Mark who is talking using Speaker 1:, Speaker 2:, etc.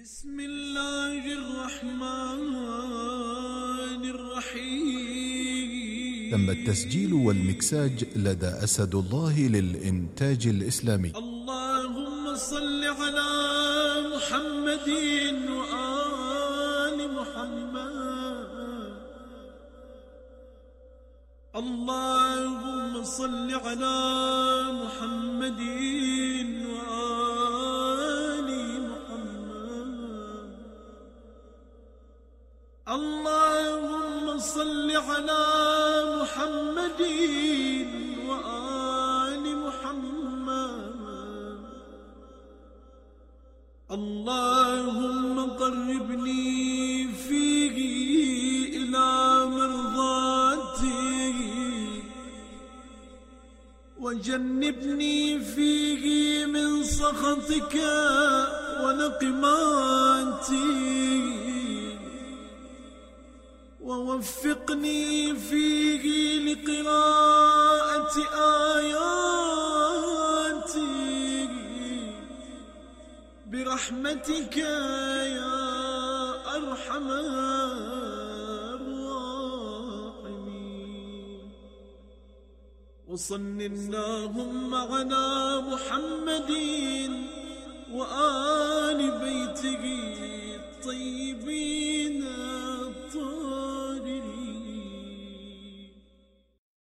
Speaker 1: بسم الله الرحمن الرحيم.
Speaker 2: تم التسجيل والمكساج لدى أسد الله للإنتاج الإسلامي.
Speaker 1: اللهم صل على محمد وآل محمد. اللهم صل على محمد اللهم صل على محمد وآل محمد. اللهم قربني فيه إلى مرضاتك وجنبني فيه من سخطك ونقماتك ووفقني فيه لقراءة آياتك برحمتك يا أرحم الراحمين. وصل اللهم على محمد